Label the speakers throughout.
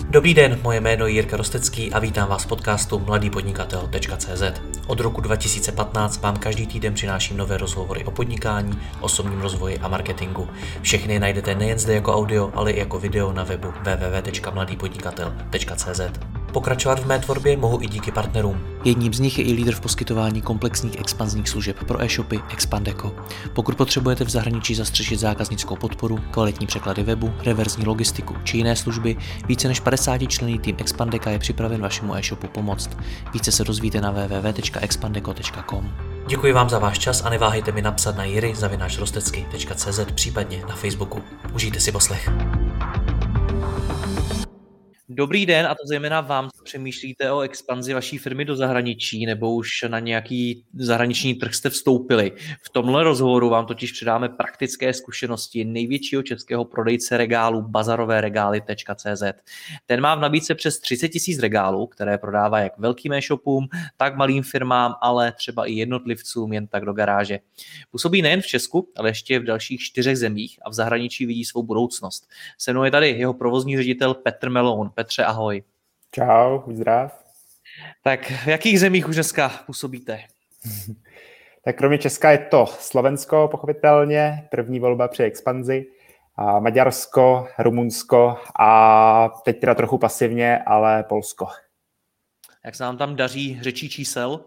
Speaker 1: Dobrý den, moje jméno je Jirka Rostecký a vítám vás v podcastu mladýpodnikatel.cz. Od roku 2015 vám každý týden přináším nové rozhovory o podnikání, osobním rozvoji a marketingu. Všechny najdete nejen zde jako audio, ale i jako video na webu www.mladýpodnikatel.cz. Pokračovat v mé tvorbě mohu i díky partnerům. Jedním z nich je i lídr v poskytování komplexních expanzních služeb pro e-shopy Expandeco. Pokud potřebujete v zahraničí zastřešit zákaznickou podporu, kvalitní překlady webu, reverzní logistiku či jiné služby, více než 50členný tým Expandeca je připraven vašemu e-shopu pomoct. Více se dozvíte na www.expandeco.com. Děkuji vám za váš čas a neváhejte mi napsat na jiry@rostecky.cz, případně na Facebooku. Užijte si poslech. Dobrý den, a to zejména vám, co přemýšlíte o expanzi vaší firmy do zahraničí, nebo už na nějaký zahraniční trh jste vstoupili. V tomhle rozhovoru vám totiž předáme praktické zkušenosti největšího českého prodejce regálů bazaroveregály.cz. Ten má v nabídce přes 30 000 regálů, které prodává jak velkým e-shopům, tak malým firmám, ale třeba i jednotlivcům jen tak do garáže. Působí nejen v Česku, ale ještě v dalších 4 zemích a v zahraničí vidí svou budoucnost. Se mnou je tady jeho provozní ředitel Petr Meloun. Petře, ahoj.
Speaker 2: Čau, zdrav.
Speaker 1: Tak v jakých zemích už dneska působíte?
Speaker 2: Tak kromě Česka je to Slovensko, pochopitelně, první volba při expanzi, a Maďarsko, Rumunsko a teď teda trochu pasivně, ale Polsko.
Speaker 1: Jak se nám tam daří řečí čísel?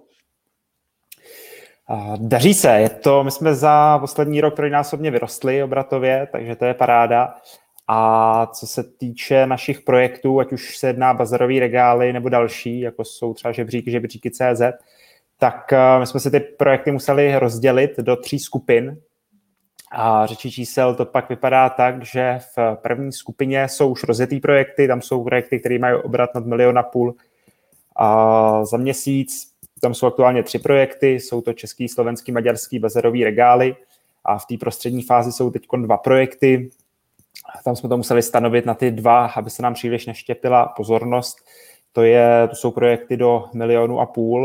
Speaker 2: Daří se, my jsme za poslední rok trojnásobně vyrostli obratově, takže to je paráda. A co se týče našich projektů, ať už se jedná bazarový regály nebo další, jako jsou třeba žebříky.cz, tak my jsme si ty projekty museli rozdělit do 3 skupin. A řečí čísel to pak vypadá tak, že v první skupině jsou už rozjetý projekty, tam jsou projekty, které mají obrat nad 1,5 milionu za měsíc. Tam jsou aktuálně 3 projekty, jsou to český, slovenský, maďarský bazarový regály a v té prostřední fázi jsou teď 2 projekty. Tam jsme to museli stanovit na ty 2, aby se nám příliš neštěpila pozornost. To jsou projekty do 1,5 milionu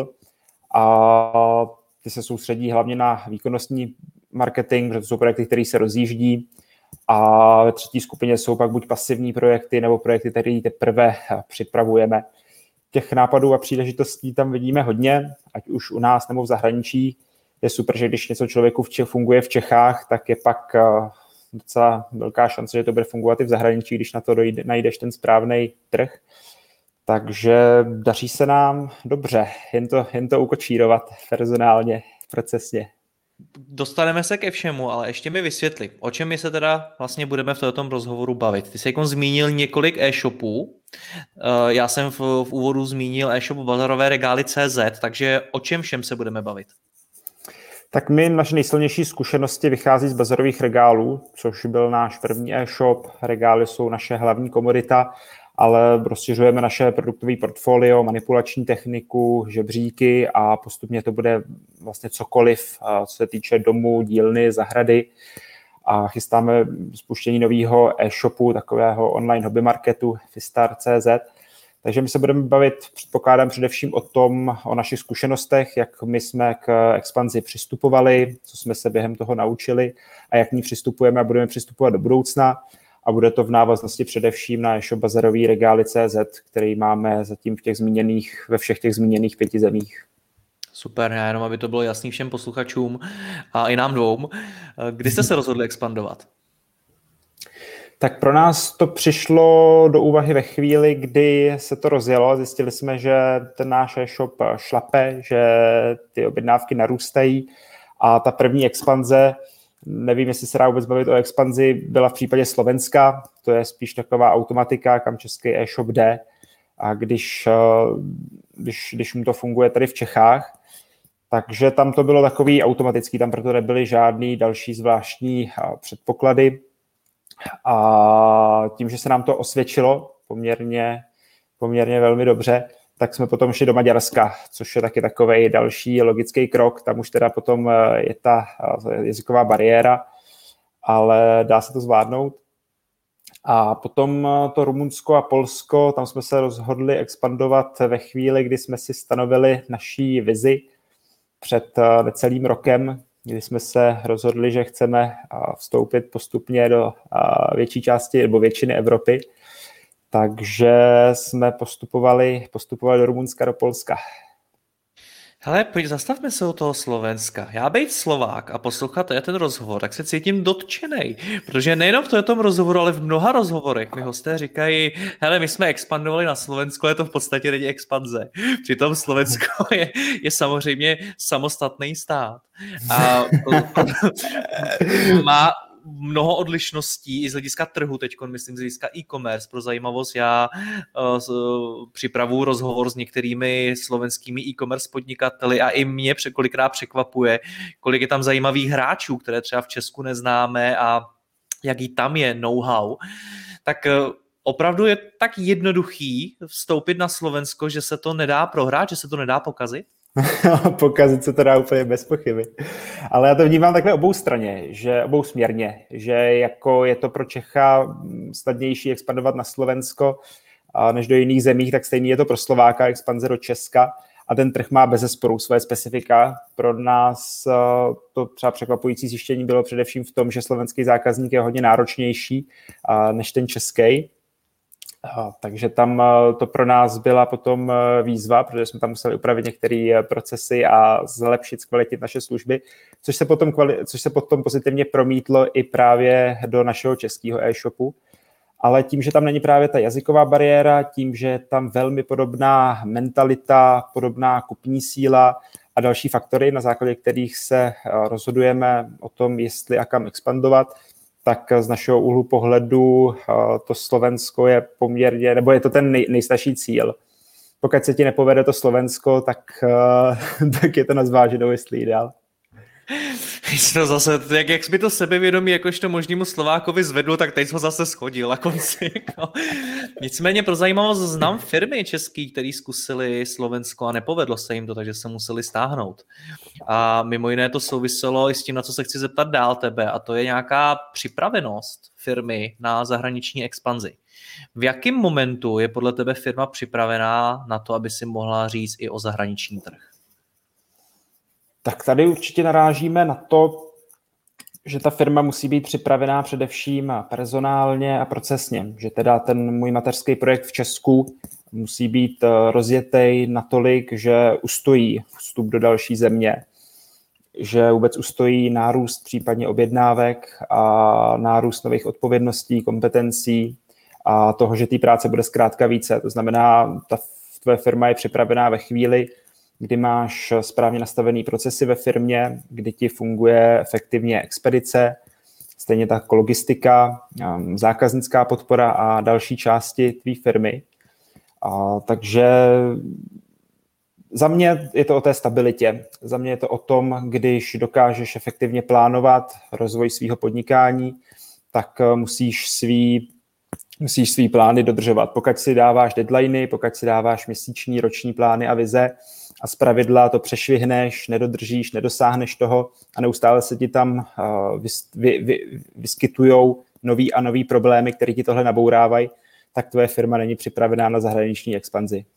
Speaker 2: a ty se soustředí hlavně na výkonnostní marketing, protože to jsou projekty, které se rozjíždí. A ve třetí skupině jsou pak buď pasivní projekty, nebo projekty, které teprve připravujeme. Těch nápadů a příležitostí tam vidíme hodně, ať už u nás nebo v zahraničí. Je super, že když něco člověku funguje v Čechách, tak je pak docela velká šance, že to bude fungovat i v zahraničí, když na to najdeš ten správný trh. Takže daří se nám dobře, jen to ukočírovat personálně, procesně.
Speaker 1: Dostaneme se ke všemu, ale ještě mi vysvětli, o čem my se teda vlastně budeme v tomto rozhovoru bavit. Ty jsi zmínil několik e-shopů, já jsem v úvodu zmínil e-shop bazaroveregály.cz, takže o čem všem se budeme bavit?
Speaker 2: Tak naše nejsilnější zkušenosti vychází z bazarových regálů, což byl náš první e-shop. Regály jsou naše hlavní komodita, ale rozšiřujeme naše produktové portfolio, manipulační techniku, žebříky a postupně to bude vlastně cokoliv, co se týče domů, dílny, zahrady. A chystáme spuštění nového e-shopu, takového online hobby marketu Fistar.cz. Takže my se budeme bavit, předpokládám, především o našich zkušenostech, jak my jsme k expanzi přistupovali, co jsme se během toho naučili a jak k ní přistupujeme a budeme přistupovat do budoucna. A bude to v návaznosti především na e-shop bazarový regály.cz, který máme zatím ve všech těch zmíněných 5 zemích.
Speaker 1: Super, já jenom, aby to bylo jasný všem posluchačům a i nám dvou. Kdy jste se rozhodli expandovat?
Speaker 2: Tak pro nás to přišlo do úvahy ve chvíli, kdy se to rozjelo. Zjistili jsme, že ten náš e-shop šlape, že ty objednávky narůstají a ta první expanze, nevím, jestli se dá vůbec bavit o expanzi, byla v případě Slovenska. To je spíš taková automatika, kam český e-shop jde. A když mu to funguje tady v Čechách, takže tam to bylo takový automatický, tam proto nebyly žádný další zvláštní předpoklady. A tím, že se nám to osvědčilo poměrně velmi dobře, tak jsme potom šli do Maďarska, což je taky takovej další logický krok. Tam už teda potom je ta jazyková bariéra, ale dá se to zvládnout. A potom to Rumunsko a Polsko, tam jsme se rozhodli expandovat ve chvíli, kdy jsme si stanovili naší vizi před necelým rokem, kdy jsme se rozhodli, že chceme vstoupit postupně do větší části nebo většiny Evropy. takže jsme postupovali do Rumunska, do Polska.
Speaker 1: Hele, pojď, zastavme se u toho Slovenska. Já bejt Slovák a poslouchat ten rozhovor, tak se cítím dotčenej, protože nejenom v tom rozhovoru, ale v mnoha rozhovorech mi hosté říkají, hele, my jsme expandovali na Slovensko, ale to v podstatě není expanze. Přitom Slovensko je samozřejmě samostatný stát. A má mnoho odlišností i z hlediska trhu, teď myslím z hlediska e-commerce. Pro zajímavost, já připravuji rozhovor s některými slovenskými e-commerce podnikateli a i mě kolikrát překvapuje, kolik je tam zajímavých hráčů, které třeba v Česku neznáme a jaký tam je know-how. Tak opravdu je tak jednoduchý vstoupit na Slovensko, že se to nedá prohrát, že se to nedá pokazit?
Speaker 2: Pokazit se to dá úplně bez pochyby. Ale já to vnímám takhle obousměrně, že jako je to pro Čecha snadnější expandovat na Slovensko než do jiných zemí, tak stejně je to pro Slováka expanze do Česka a ten trh má bezesporu své specifika. Pro nás to třeba překvapující zjištění bylo především v tom, že slovenský zákazník je hodně náročnější než ten český. Takže tam to pro nás byla potom výzva, protože jsme tam museli upravit některé procesy a zlepšit, zkvalitit naše služby, což se potom pozitivně promítlo i právě do našeho českého e-shopu. Ale tím, že tam není právě ta jazyková bariéra, tím, že je tam velmi podobná mentalita, podobná kupní síla a další faktory, na základě kterých se rozhodujeme o tom, jestli a kam expandovat, tak z našeho úhlu pohledu to Slovensko je poměrně, nebo je to ten nejstarší cíl. Pokud se ti nepovede to Slovensko, tak je to na zváženou, jestli jde dál.
Speaker 1: To zase, jak jsi mi to sebevědomí jakožto možnému Slovákovi zvedl, tak teď ho zase schodil na konci. No. Nicméně pro zajímavost znám firmy český, které zkusili Slovensko a nepovedlo se jim to, takže se museli stáhnout. A mimo jiné to souviselo i s tím, na co se chci zeptat dál tebe, a to je nějaká připravenost firmy na zahraniční expanzi. V jakém momentu je podle tebe firma připravená na to, aby si mohla říct i o zahraniční trh?
Speaker 2: Tak tady určitě narážíme na to, že ta firma musí být připravená především personálně a procesně. Že teda ten můj mateřský projekt v Česku musí být rozjetý natolik, že ustojí vstup do další země, že vůbec ustojí nárůst případně objednávek a nárůst nových odpovědností, kompetencí a toho, že té práce bude zkrátka více. To znamená, ta tvoje firma je připravená ve chvíli, kdy máš správně nastavený procesy ve firmě, kdy ti funguje efektivně expedice, stejně tak logistika, zákaznická podpora a další části tvý firmy. Takže za mě je to o té stabilitě. Za mě je to o tom, když dokážeš efektivně plánovat rozvoj svého podnikání, tak musíš svý plány dodržovat. Pokud si dáváš deadliny, pokud si dáváš měsíční, roční plány a vize a zpravidla to přešvihneš, nedodržíš, nedosáhneš toho a neustále se ti tam vyskytujou nový a nový problémy, které ti tohle nabourávají, tak tvoje firma není připravená na zahraniční expanzi.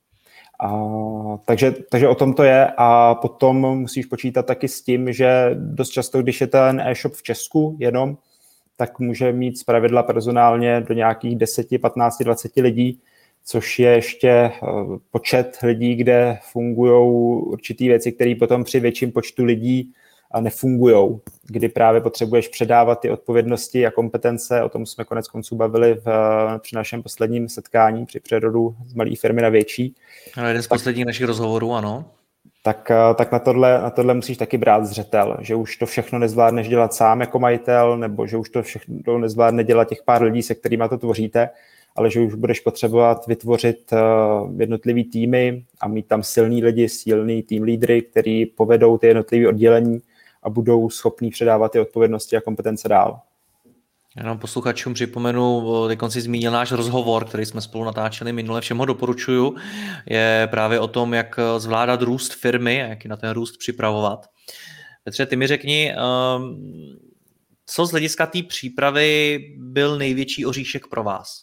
Speaker 2: Takže o tom to je a potom musíš počítat taky s tím, že dost často, když je ten e-shop v Česku jenom, tak může mít zpravidla personálně do nějakých 10, 15, 20 lidí, což je ještě počet lidí, kde fungují určitý věci, které potom při větším počtu lidí nefungujou, kdy právě potřebuješ předávat ty odpovědnosti a kompetence, o tom jsme konec konců bavili při našem posledním setkání při přerodu z malé firmy na větší.
Speaker 1: Ale jeden z posledních našich rozhovorů, ano.
Speaker 2: Tak na tohle musíš taky brát zřetel, že už to všechno nezvládneš dělat sám jako majitel, nebo že už to všechno nezvládne dělat těch pár lidí, se kterými to tvoříte, ale že už budeš potřebovat vytvořit jednotlivý týmy a mít tam silný lidi, silný tým lídry, který povedou ty jednotlivé oddělení a budou schopní předávat ty odpovědnosti a kompetence dál.
Speaker 1: Jenom posluchačům připomenu, teď si zmínil náš rozhovor, který jsme spolu natáčeli minule, všem ho doporučuju, je právě o tom, jak zvládat růst firmy a jak ji na ten růst připravovat. Petře, ty mi řekni, co z hlediska té přípravy byl největší oříšek pro vás?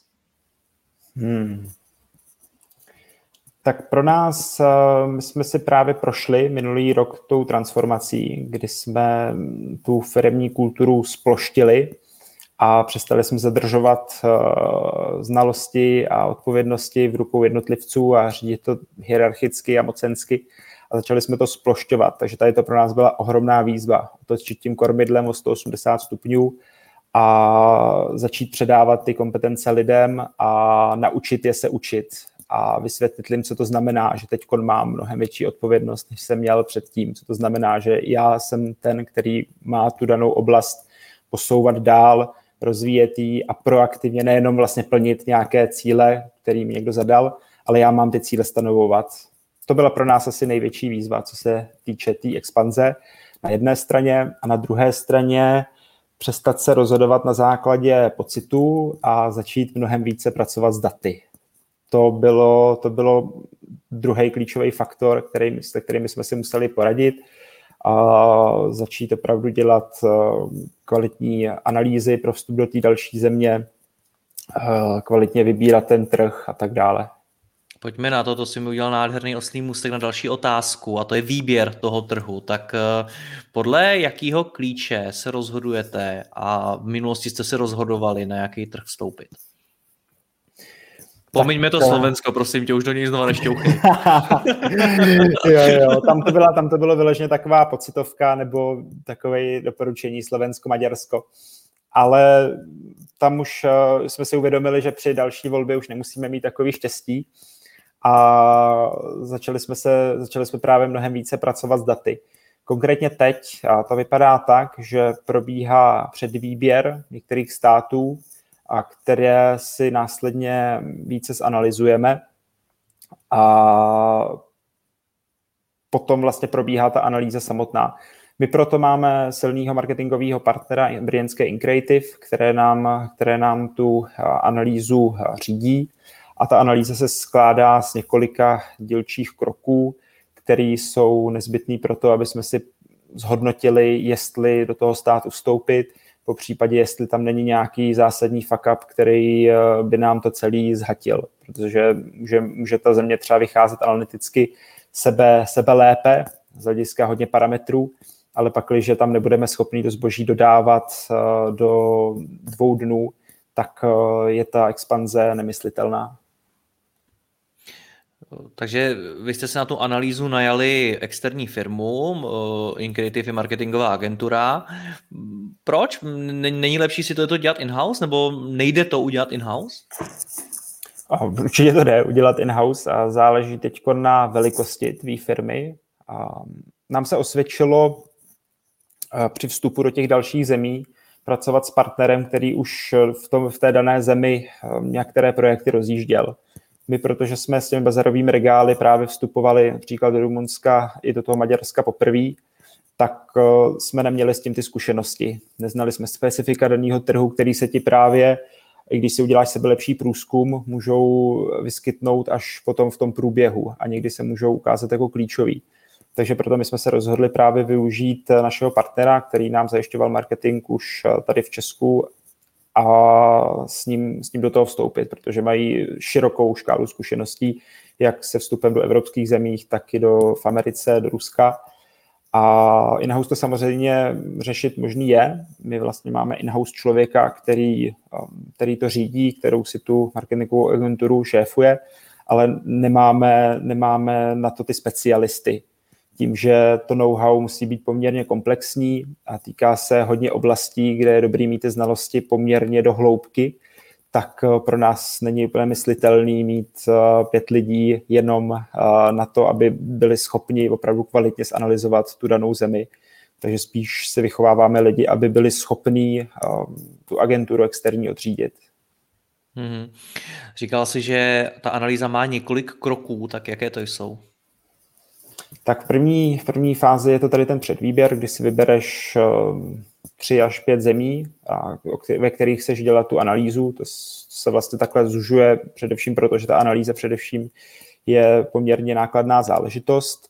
Speaker 2: Tak pro nás, my jsme si právě prošli minulý rok tou transformací, kdy jsme tu firemní kulturu sploštili a přestali jsme zadržovat znalosti a odpovědnosti v rukou jednotlivců a řídit to hierarchicky a mocensky a začali jsme to splošťovat. Takže tady to pro nás byla ohromná výzva. Otočit tím kormidlem o 180 stupňů a začít předávat ty kompetence lidem a naučit je se učit a vysvětlit jim, co to znamená, že teď mám mnohem větší odpovědnost, než jsem měl předtím. Co to znamená, že já jsem ten, který má tu danou oblast posouvat dál, rozvíjet ji a proaktivně nejenom vlastně plnit nějaké cíle, který mi někdo zadal, ale já mám ty cíle stanovovat. To byla pro nás asi největší výzva, co se týče té expanze na jedné straně a na druhé straně přestat se rozhodovat na základě pocitů a začít mnohem více pracovat s daty. To bylo druhý klíčový faktor, se kterými jsme si museli poradit a začít opravdu dělat kvalitní analýzy pro vstup do té další země, kvalitně vybírat ten trh a tak dále.
Speaker 1: Pojďme na to si mi udělal nádherný oslý můstek na další otázku a to je výběr toho trhu. Tak podle jakého klíče se rozhodujete a v minulosti jste se rozhodovali, na jaký trh vstoupit? Pomiňme to Slovensko, prosím tě, už do něj znova nešťouchej.
Speaker 2: jo, tam to bylo vyloženě taková pocitovka nebo takové doporučení Slovensko-Maďarsko. Ale tam už jsme si uvědomili, že při další volbě už nemusíme mít takový štěstí a začali jsme právě mnohem více pracovat s daty. Konkrétně teď to vypadá tak, že probíhá předvýběr některých států, a které si následně více zanalyzujeme a potom vlastně probíhá ta analýza samotná. My proto máme silného marketingového partnera brněnské InCreative, které nám tu analýzu řídí a ta analýza se skládá z několika dílčích kroků, které jsou nezbytné pro to, aby jsme si zhodnotili, jestli do toho státu vstoupit, po případě, jestli tam není nějaký zásadní fuck up, který by nám to celý zhatil, protože může ta země třeba vycházet analyticky sebe lépe, z hlediska hodně parametrů, ale pak, když tam nebudeme schopni to zboží dodávat do 2 dnů, tak je ta expanze nemyslitelná.
Speaker 1: Takže vy jste se na tu analýzu najali externí firmu, InCreative je marketingová agentura. Proč? Není lepší si to dělat in-house, nebo nejde to udělat in-house?
Speaker 2: Určitě to jde udělat in-house a záleží teď na velikosti tvý firmy. Nám se osvědčilo při vstupu do těch dalších zemí pracovat s partnerem, který už v té dané zemi některé projekty rozjížděl. My, protože jsme s těmi bazarovými regály právě vstupovali například do Rumunska i do toho Maďarska poprvé, tak jsme neměli s tím ty zkušenosti. Neznali jsme specifika daného trhu, který se ti právě, i když si uděláš sebelepší průzkum, můžou vyskytnout až potom v tom průběhu a někdy se můžou ukázat jako klíčový. Takže proto my jsme se rozhodli právě využít našeho partnera, který nám zajišťoval marketing už tady v Česku a s ním do toho vstoupit, protože mají širokou škálu zkušeností, jak se vstupem do evropských zemích, tak i v Americe, do Ruska. A in-house to samozřejmě řešit možný je. My vlastně máme in-house člověka, který to řídí, kterou si tu marketingovou agenturu šéfuje, ale nemáme na to ty specialisty. Tím, že to know-how musí být poměrně komplexní a týká se hodně oblastí, kde je dobrý mít ty znalosti poměrně do hloubky, tak pro nás není úplně myslitelný mít 5 lidí jenom na to, aby byli schopni opravdu kvalitně zanalyzovat tu danou zemi. Takže spíš si vychováváme lidi, aby byli schopní tu agenturu externí odřídit.
Speaker 1: Mm-hmm. Říkal jsi, že ta analýza má několik kroků, tak jaké to jsou?
Speaker 2: Tak v první fázi je to tady ten předvýběr, kdy si vybereš 3 až 5 zemí, ve kterých chceš dělat tu analýzu. To se vlastně takhle zužuje především proto, že ta analýza především je poměrně nákladná záležitost.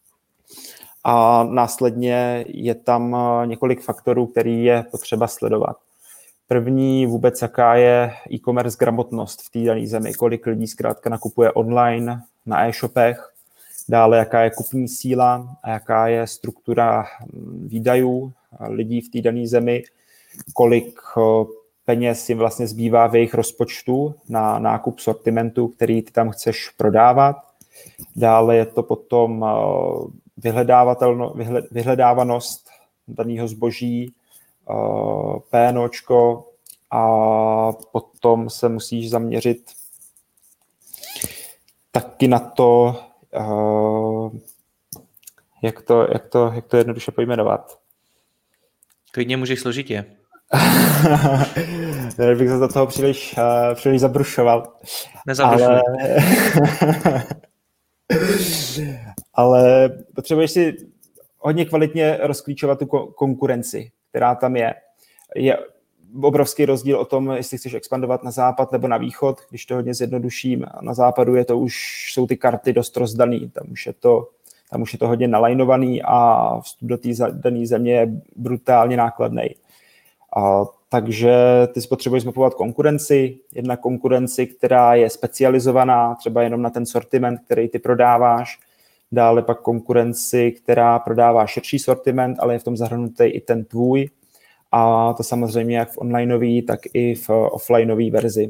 Speaker 2: A následně je tam několik faktorů, který je potřeba sledovat. První vůbec, jaká je e-commerce gramotnost v té dané zemi, kolik lidí zkrátka nakupuje online na e-shopech, dále jaká je kupní síla a jaká je struktura výdajů lidí v té dané zemi, kolik peněz jim vlastně zbývá v jejich rozpočtu na nákup sortimentu, který ty tam chceš prodávat. Dále je to potom vyhledávanost daného zboží, PNOčko a potom se musíš zaměřit taky na to, jak to jednoduše pojmenovat.
Speaker 1: Klidně můžeš složitě.
Speaker 2: Bych se do toho příliš zabrušoval.
Speaker 1: Nezabrušuj.
Speaker 2: Ale potřebuješ si hodně kvalitně rozklíčovat tu konkurenci, která tam je. Je obrovský rozdíl o tom, jestli chceš expandovat na západ nebo na východ. Když to hodně zjednoduším, na západu jsou ty karty dost rozdaný, tam už je to hodně nalajnovaný a vstup do té dané země je brutálně nákladný. Takže ty si potřebuješ zmapovat konkurenci, jedna konkurenci, která je specializovaná třeba jenom na ten sortiment, který ty prodáváš, dále pak konkurenci, která prodává širší sortiment, ale je v tom zahrnutý i ten tvůj, a to samozřejmě jak v onlineové, tak i v offlineové verzi.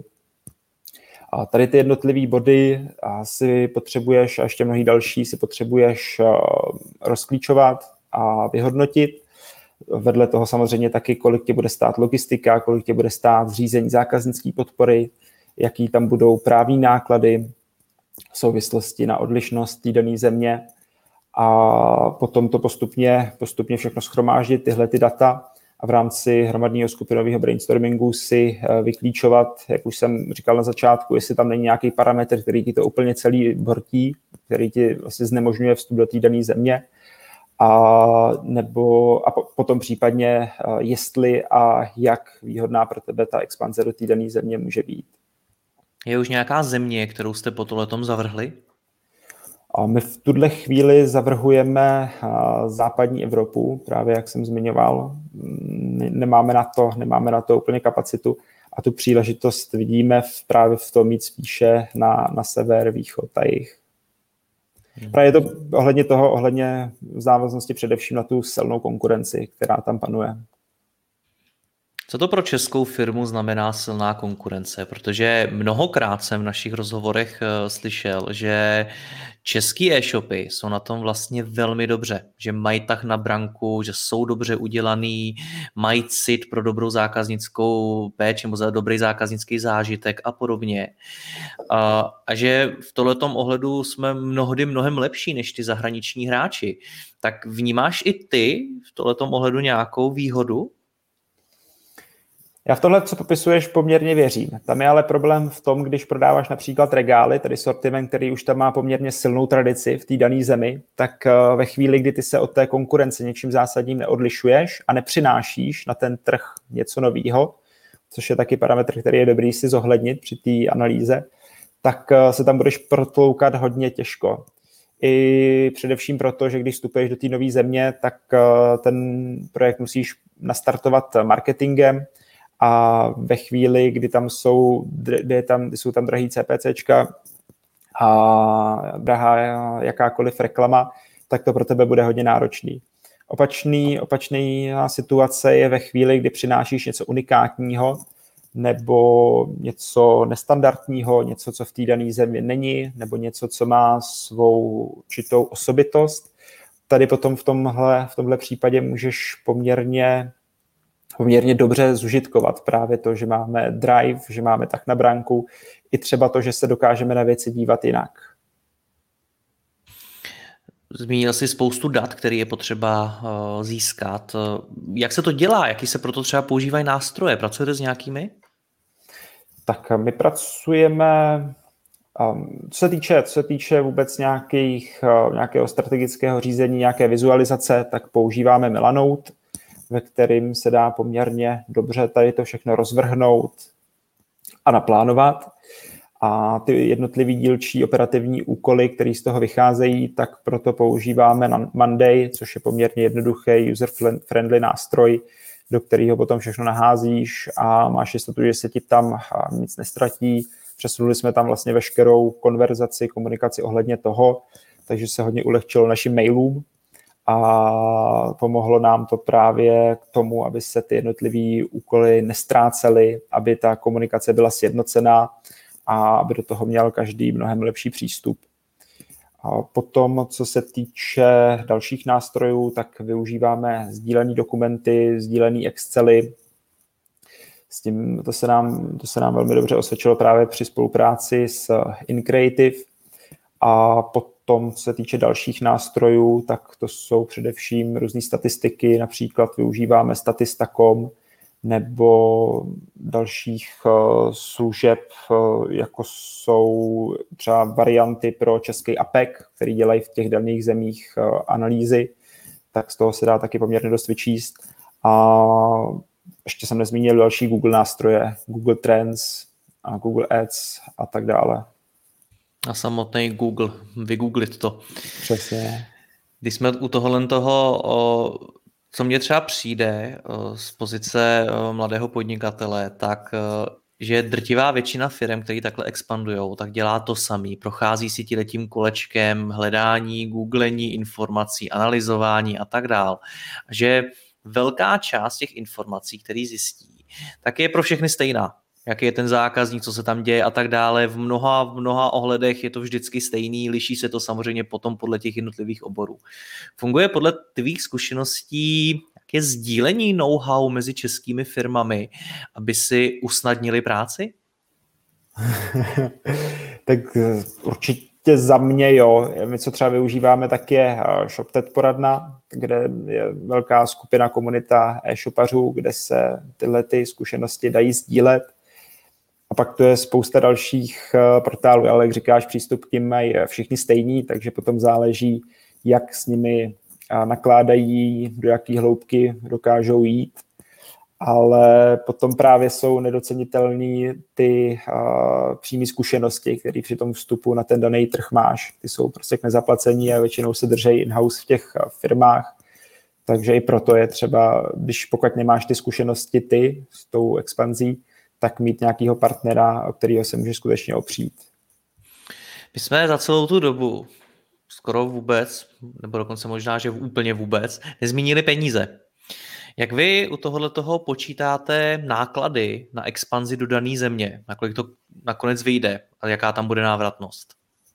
Speaker 2: A tady ty jednotlivé body si potřebuješ, a ještě mnohý další si potřebuješ rozklíčovat a vyhodnotit. Vedle toho samozřejmě taky, kolik tě bude stát logistika, kolik tě bude stát zřízení zákaznické podpory, jaký tam budou právní náklady v souvislosti na odlišnost té dané země, a potom to postupně všechno shromáždit, tyhle ty data, a v rámci hromadného skupinového brainstormingu si vyklíčovat, jak už jsem říkal na začátku, jestli tam není nějaký parametr, který ti to úplně celý bortí, který ti vlastně znemožňuje vstup do té dané země, a potom případně jestli a jak výhodná pro tebe ta expanze do té dané země může být.
Speaker 1: Je už nějaká země, kterou jste po tohletom zavrhli?
Speaker 2: A my v tuhle chvíli zavrhujeme západní Evropu, právě jak jsem zmiňoval. Nemáme na to úplně kapacitu a tu příležitost vidíme právě v tom mít spíše na sever, východ a jih. Právě je to ohledně závaznosti především na tu silnou konkurenci, která tam panuje.
Speaker 1: Co to pro českou firmu znamená silná konkurence? Protože mnohokrát jsem v našich rozhovorech slyšel, že český e-shopy jsou na tom vlastně velmi dobře, že mají tah na branku, že jsou dobře udělaný, mají cit pro dobrou zákaznickou péči nebo za dobrý zákaznický zážitek a podobně. A že v tomhletom ohledu jsme mnohdy mnohem lepší než ty zahraniční hráči. Tak vnímáš i ty v tomhletom ohledu nějakou výhodu?
Speaker 2: Já v tohle, co popisuješ, poměrně věřím. Tam je ale problém v tom, když prodáváš například regály, tedy sortiment, který už tam má poměrně silnou tradici v té dané zemi, tak ve chvíli, kdy ty se od té konkurence něčím zásadním neodlišuješ a nepřinášíš na ten trh něco nového, což je taky parametr, který je dobrý si zohlednit při té analýze, tak se tam budeš protloukat hodně těžko. I především proto, že když vstupuješ do té nové země, tak ten projekt musíš nastartovat marketingem, a ve chvíli, kdy jsou tam drahý CPCčka a drahá jakákoliv reklama, tak to pro tebe bude hodně náročný. Opačný situace je ve chvíli, kdy přinášíš něco unikátního nebo něco nestandardního, něco, co v té dané zemi není, nebo něco, co má svou určitou osobitost. Tady potom v tomhle případě můžeš poměrně dobře zužitkovat právě to, že máme drive, že máme tah na branku, i třeba to, že se dokážeme na věci dívat jinak.
Speaker 1: Zmínil jsi spoustu dat, které je potřeba získat. Jak se to dělá? Jaký se proto třeba používají nástroje? Pracujete s nějakými?
Speaker 2: Tak my pracujeme, co se týče vůbec nějakého strategického řízení, nějaké vizualizace, tak používáme Milanote, ve kterým se dá poměrně dobře tady to všechno rozvrhnout a naplánovat. A ty jednotlivý dílčí operativní úkoly, které z toho vycházejí, tak proto používáme Monday, což je poměrně jednoduchý user-friendly nástroj, do kterého potom všechno naházíš a máš jistotu, že se ti tam nic nestratí. Přesunuli jsme tam vlastně veškerou komunikaci ohledně toho, takže se hodně ulehčilo našim mailům. a pomohlo nám to právě k tomu, aby se ty jednotlivé úkoly nestrácely, aby ta komunikace byla sjednocená a aby do toho měl každý mnohem lepší přístup. A potom, co se týče dalších nástrojů, tak využíváme sdílené dokumenty, sdílené Excely. S tím to se nám velmi dobře osvědčilo právě při spolupráci s InCreative. A potom, co se týče dalších nástrojů, tak to jsou především různé statistiky, například využíváme Statista.com nebo dalších služeb, jako jsou třeba varianty pro český APEC, který dělají v těch daných zemích analýzy, tak z toho se dá taky poměrně dost vyčíst. A ještě jsem nezmínil další Google nástroje, Google Trends a Google Ads a tak dále.
Speaker 1: A samotný Google, vygooglit to.
Speaker 2: Přesně.
Speaker 1: Když jsme u toho, co mně třeba přijde z pozice mladého podnikatele, tak že drtivá většina firm, které takhle expandujou, tak dělá to samý. Prochází si tím kolečkem hledání, googlení informací, analyzování a tak dál. Že velká část těch informací, které zjistí, tak je pro všechny stejná. Jaký je ten zákazník, co se tam děje a tak dále. V mnoha ohledech je to vždycky stejný, liší se to samozřejmě potom podle těch jednotlivých oborů. Funguje podle tvých zkušeností jaké sdílení know-how mezi českými firmami, aby si usnadnili práci?
Speaker 2: Tak určitě za mě jo. My, co třeba využíváme, tak je ShopTet poradna, kde je velká skupina komunita e-shopařů, kde se tyhle ty zkušenosti dají sdílet. A pak to je spousta dalších portálů, ale jak říkáš, přístup k tím mají všichni stejní, takže potom záleží, jak s nimi nakládají, do jaký hloubky dokážou jít. Ale potom právě jsou nedocenitelné ty přímé zkušenosti, které při tom vstupu na ten daný trh máš. Ty jsou prostě k nezaplacení a většinou se držejí in-house v těch firmách. Takže i proto je třeba, pokud nemáš ty zkušenosti ty s tou expanzí, tak mít nějakého partnera, o kterého se může skutečně opřít.
Speaker 1: My jsme za celou tu dobu skoro vůbec, nebo dokonce možná, že úplně vůbec, nezmínili peníze. Jak vy u tohoto počítáte náklady na expanzi do dané země? Nakolik to nakonec vyjde a jaká tam bude návratnost?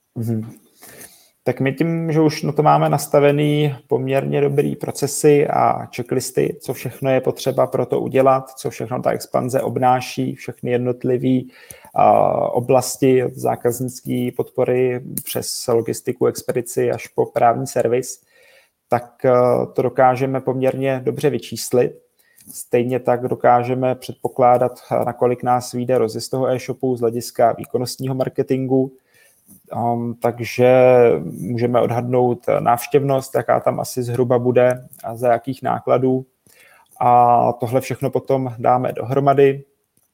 Speaker 2: Tak my tím, že už to máme nastavený poměrně dobrý procesy a checklisty, co všechno je potřeba pro to udělat, co všechno ta expanze obnáší, všechny jednotlivé oblasti od zákaznické podpory přes logistiku, expedici až po právní servis, tak to dokážeme poměrně dobře vyčíslit. Stejně tak dokážeme předpokládat, nakolik nás vyjde rozjezd toho e-shopu z hlediska výkonnostního marketingu, takže můžeme odhadnout návštěvnost, jaká tam asi zhruba bude a za jakých nákladů. A tohle všechno potom dáme dohromady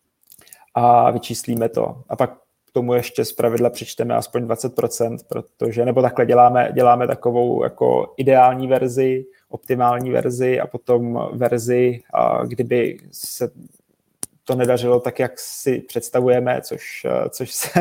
Speaker 2: a vyčíslíme to. A pak k tomu ještě zpravidla přičteme aspoň 20%, protože, nebo takhle děláme takovou jako ideální verzi, optimální verzi a potom verzi, kdyby se to nedařilo tak, jak si představujeme, což se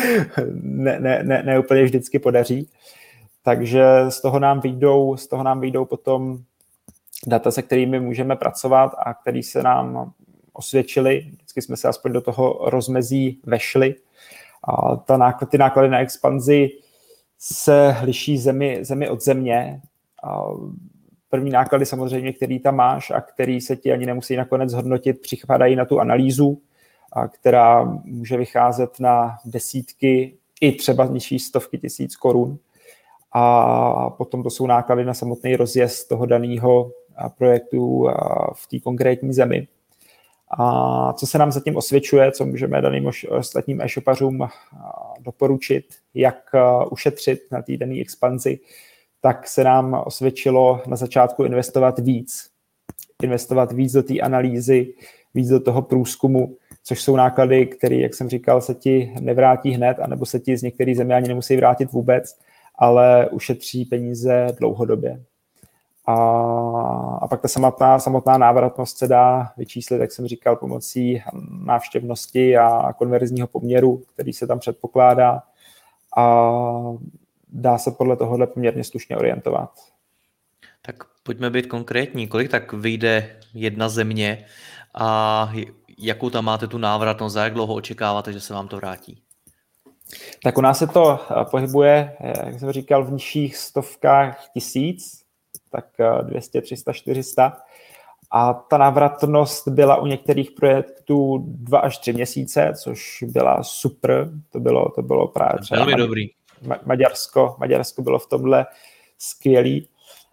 Speaker 2: ne úplně vždycky podaří. Takže z toho nám vyjdou potom data, se kterými můžeme pracovat a který se nám osvědčily. Vždycky jsme se aspoň do toho rozmezí vešli. A ty náklady na expanzi se liší zemi od země. První náklady samozřejmě, který tam máš a který se ti ani nemusí nakonec hodnotit, přichází na tu analýzu, která může vycházet na desítky i třeba nižší stovky tisíc korun. A potom to jsou náklady na samotný rozjezd toho daného projektu v té konkrétní zemi. A co se nám zatím osvědčuje, co můžeme daným ostatním e-shopařům doporučit, jak ušetřit na té dané expanzi, tak se nám osvědčilo na začátku investovat víc do té analýzy, víc do toho průzkumu, což jsou náklady, které, jak jsem říkal, se ti nevrátí hned, anebo se ti z některých zemí ani nemusí vrátit vůbec, ale ušetří peníze dlouhodobě. A pak ta samotná návratnost se dá vyčíslit, jak jsem říkal, pomocí návštěvnosti a konverzního poměru, který se tam předpokládá, a dá se podle tohohle poměrně slušně orientovat.
Speaker 1: Tak pojďme být konkrétní. Kolik tak vyjde jedna země a jakou tam máte tu návratnost, za jak dlouho očekáváte, že se vám to vrátí?
Speaker 2: Tak u nás se to pohybuje, jak jsem říkal, v nižších stovkách tisíc, tak 200, 300, 400. A ta návratnost byla u některých projektů 2 až 3 měsíce, což byla super. To bylo právě třeba
Speaker 1: velmi dobrý.
Speaker 2: Maďarsko bylo v tomhle skvělý.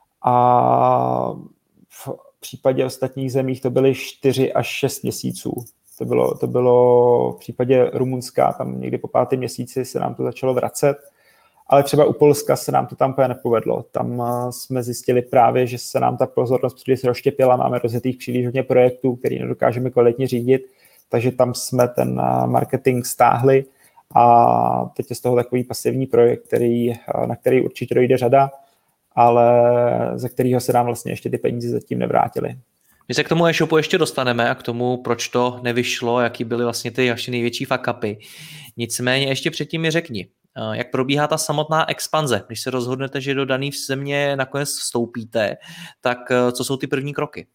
Speaker 2: A v případě ostatních zemích to byly 4 až 6 měsíců. To bylo v případě Rumunska, tam někdy po 5. měsíci se nám to začalo vracet, ale třeba u Polska se nám to tam úplně nepovedlo. Tam jsme zjistili právě, že se nám ta pozornost příliš rozštěpila, máme rozjetých příliš hodně projektů, který nedokážeme kvalitně řídit, takže tam jsme ten marketing stáhli a teď je z toho takový pasivní projekt, na který určitě dojde řada, ale ze kterého se nám vlastně ještě ty peníze zatím nevrátily.
Speaker 1: My se k tomu e-shopu ještě dostaneme a k tomu, proč to nevyšlo, jaký byly vlastně ty vaše největší fuck-upy. Nicméně ještě předtím mi řekni, jak probíhá ta samotná expanze. Když se rozhodnete, že do dané země nakonec vstoupíte, tak co jsou ty první kroky?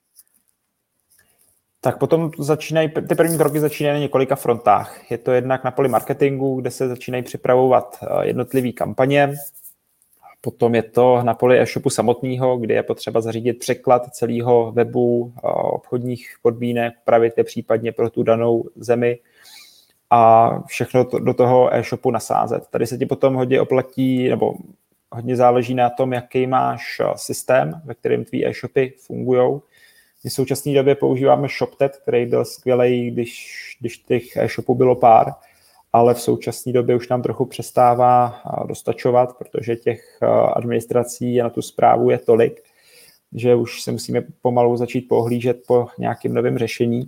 Speaker 2: Tak potom ty první kroky začínají na několika frontách. Je to jednak na poli marketingu, kde se začínají připravovat jednotlivé kampaně. Potom je to na poli e-shopu samotného, kde je potřeba zařídit překlad celého webu, obchodních podmínek, pravit je případně pro tu danou zemi a všechno do toho e-shopu nasázet. Tady se ti potom hodně oplatí, nebo hodně záleží na tom, jaký máš systém, ve kterém tvý e-shopy fungujou. My v současné době používáme ShopTet, který byl skvělej, když těch e-shopů bylo pár, ale v současné době už nám trochu přestává dostačovat, protože těch administrací a na tu správu je tolik, že už se musíme pomalu začít pohlížet po nějakém novém řešení.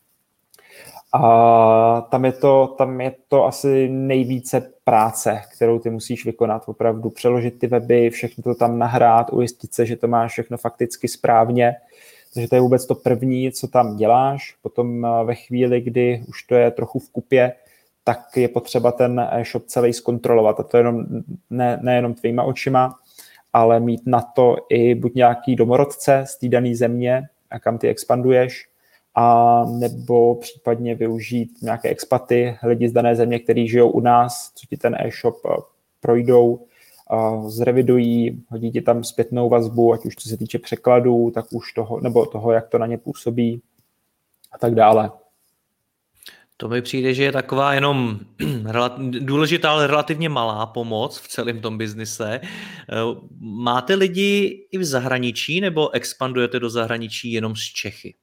Speaker 2: A tam je to asi nejvíce práce, kterou ty musíš vykonat, opravdu přeložit ty weby, všechno to tam nahrát, ujistit se, že to máš všechno fakticky správně. Takže to je vůbec to první, co tam děláš. Potom ve chvíli, kdy už to je trochu v kupě, tak je potřeba ten e-shop celý zkontrolovat. A to jenom nejenom tvýma očima, ale mít na to i buď nějaký domorodce z té dané země, a kam ty expanduješ, a nebo případně využít nějaké expaty, lidi z dané země, kteří žijou u nás, co ti ten e-shop projdou, zrevidují, hodí ti tam zpětnou vazbu, ať už co se týče překladů, tak už toho, jak to na ně působí a tak dále.
Speaker 1: To mi přijde, že je taková jenom důležitá, ale relativně malá pomoc v celém tom biznise. Máte lidi i v zahraničí nebo expandujete do zahraničí jenom z Čechy?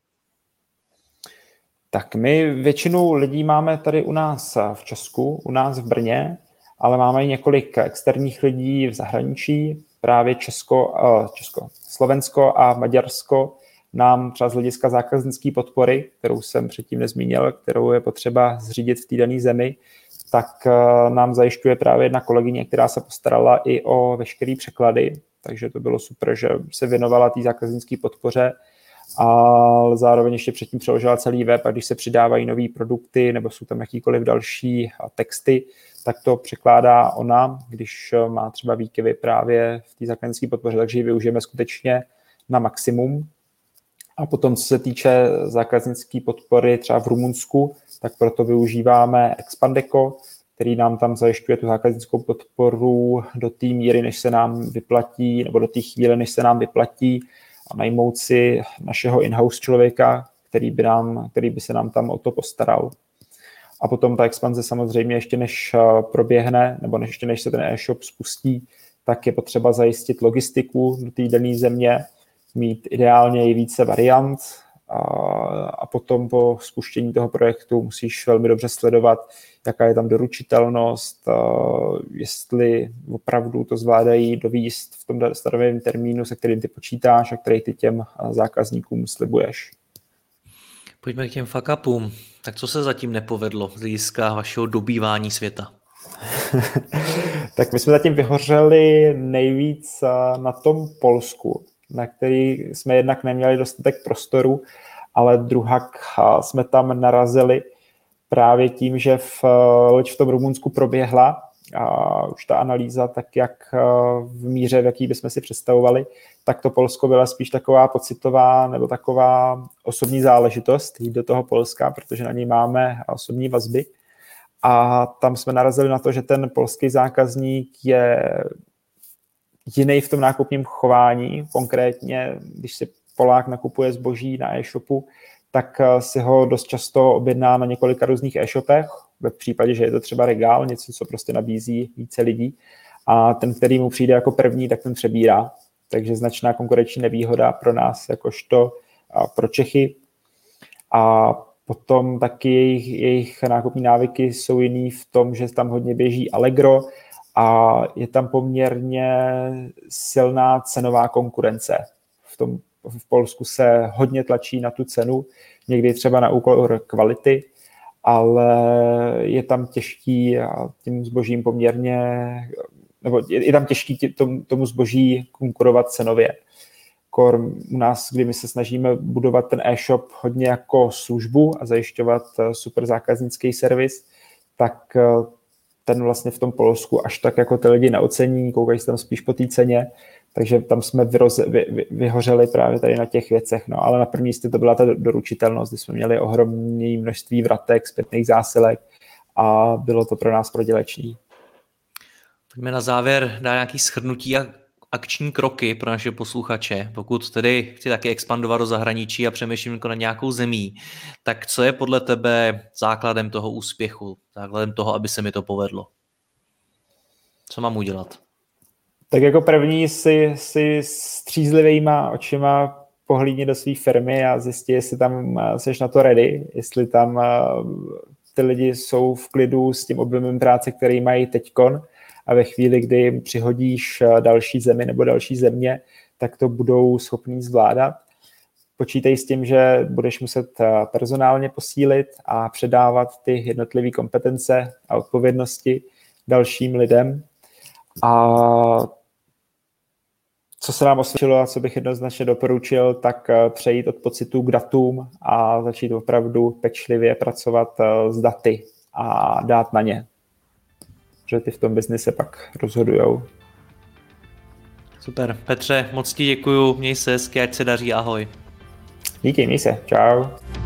Speaker 2: Tak my většinu lidí máme tady u nás v Česku, u nás v Brně, ale máme i několik externích lidí v zahraničí, právě Slovensko a Maďarsko nám třeba z hlediska zákaznické podpory, kterou jsem předtím nezmínil, kterou je potřeba zřídit v té dané zemi, tak nám zajišťuje právě jedna kolegyně, která se postarala i o veškeré překlady, takže to bylo super, že se věnovala té zákaznické podpoře, ale zároveň ještě předtím přeložila celý web a když se přidávají nové produkty nebo jsou tam jakýkoliv další texty, tak to překládá ona, když má třeba výkyvy právě v té zákaznické podpoře, takže ji využijeme skutečně na maximum. A potom, co se týče zákaznické podpory třeba v Rumunsku, tak proto využíváme Expandeco, který nám tam zajišťuje tu zákaznickou podporu do té míry, než se nám vyplatí, nebo do té chvíle, než se nám vyplatí a najmout si našeho in-house člověka, který by se nám tam o to postaral. A potom ta expanze samozřejmě ještě než proběhne, nebo ještě než se ten e-shop spustí, tak je potřeba zajistit logistiku do té dané země, mít ideálně i více variant a potom po spuštění toho projektu musíš velmi dobře sledovat, jaká je tam doručitelnost, jestli opravdu to zvládají dovízt v tom stanovém termínu, se kterým ty počítáš a který ty těm zákazníkům slibuješ.
Speaker 1: Pojďme k těm fuck-upům. Tak co se zatím nepovedlo z hlediska vašeho dobývání světa?
Speaker 2: Tak my jsme zatím vyhořeli nejvíc na tom Polsku, na který jsme jednak neměli dostatek prostoru, ale druhak jsme tam narazili právě tím, že loď v tom Rumunsku proběhla a už ta analýza, tak jak v míře, v jaký bychom si představovali, tak to Polsko byla spíš taková pocitová nebo taková osobní záležitost jít do toho Polska, protože na něj máme osobní vazby. A tam jsme narazili na to, že ten polský zákazník je jiný v tom nákupním chování. Konkrétně, když si Polák nakupuje zboží na e-shopu, tak si ho dost často objedná na několika různých e-shopech, ve případě, že je to třeba regál, něco, co prostě nabízí více lidí. A ten, který mu přijde jako první, tak ten přebírá. Takže značná konkurenční nevýhoda pro nás, jakožto pro Čechy. A potom taky jejich nákupní návyky jsou jiný v tom, že tam hodně běží Allegro a je tam poměrně silná cenová konkurence. V Polsku se hodně tlačí na tu cenu, někdy třeba na úkor kvality, ale je tam těžký tím zbožím poměrně, nebo je tam těžký tomu zboží konkurovat cenově. U nás, kdy my se snažíme budovat ten e-shop hodně jako službu a zajišťovat super zákaznický servis, tak ten vlastně v tom Polsku až tak jako ty lidi neocení, koukají se tam spíš po té ceně, takže tam jsme vyhořeli právě tady na těch věcech. No, ale na první místě to byla ta doručitelnost, kdy jsme měli ohromné množství vratek, zpětných zásilek a bylo to pro nás prodělečný.
Speaker 1: Pojďme na závěr dát nějaký shrnutí a akční kroky pro naše posluchače. Pokud tedy chci taky expandovat do zahraničí a přemýšlím jako na nějakou zemí, tak co je podle tebe základem toho úspěchu, základem toho, aby se mi to povedlo? Co mám udělat?
Speaker 2: Tak jako první si střízlivýma očima pohlídni do své firmy a zjistí, jestli tam seš na to ready, jestli tam ty lidi jsou v klidu s tím objemem práce, který mají teďkon, a ve chvíli, kdy jim přihodíš další zemi nebo další země, tak to budou schopní zvládat. Počítej s tím, že budeš muset personálně posílit a předávat ty jednotlivé kompetence a odpovědnosti dalším lidem. A co se nám osvědčilo a co bych jednoznačně doporučil, tak přejít od pocitů k datům a začít opravdu pečlivě pracovat s daty a dát na ně. Že ty v tom biznise pak rozhodujou.
Speaker 1: Super. Petře, moc ti děkuju, měj se hezky, ať se daří, ahoj.
Speaker 2: Díky, měj se, čau.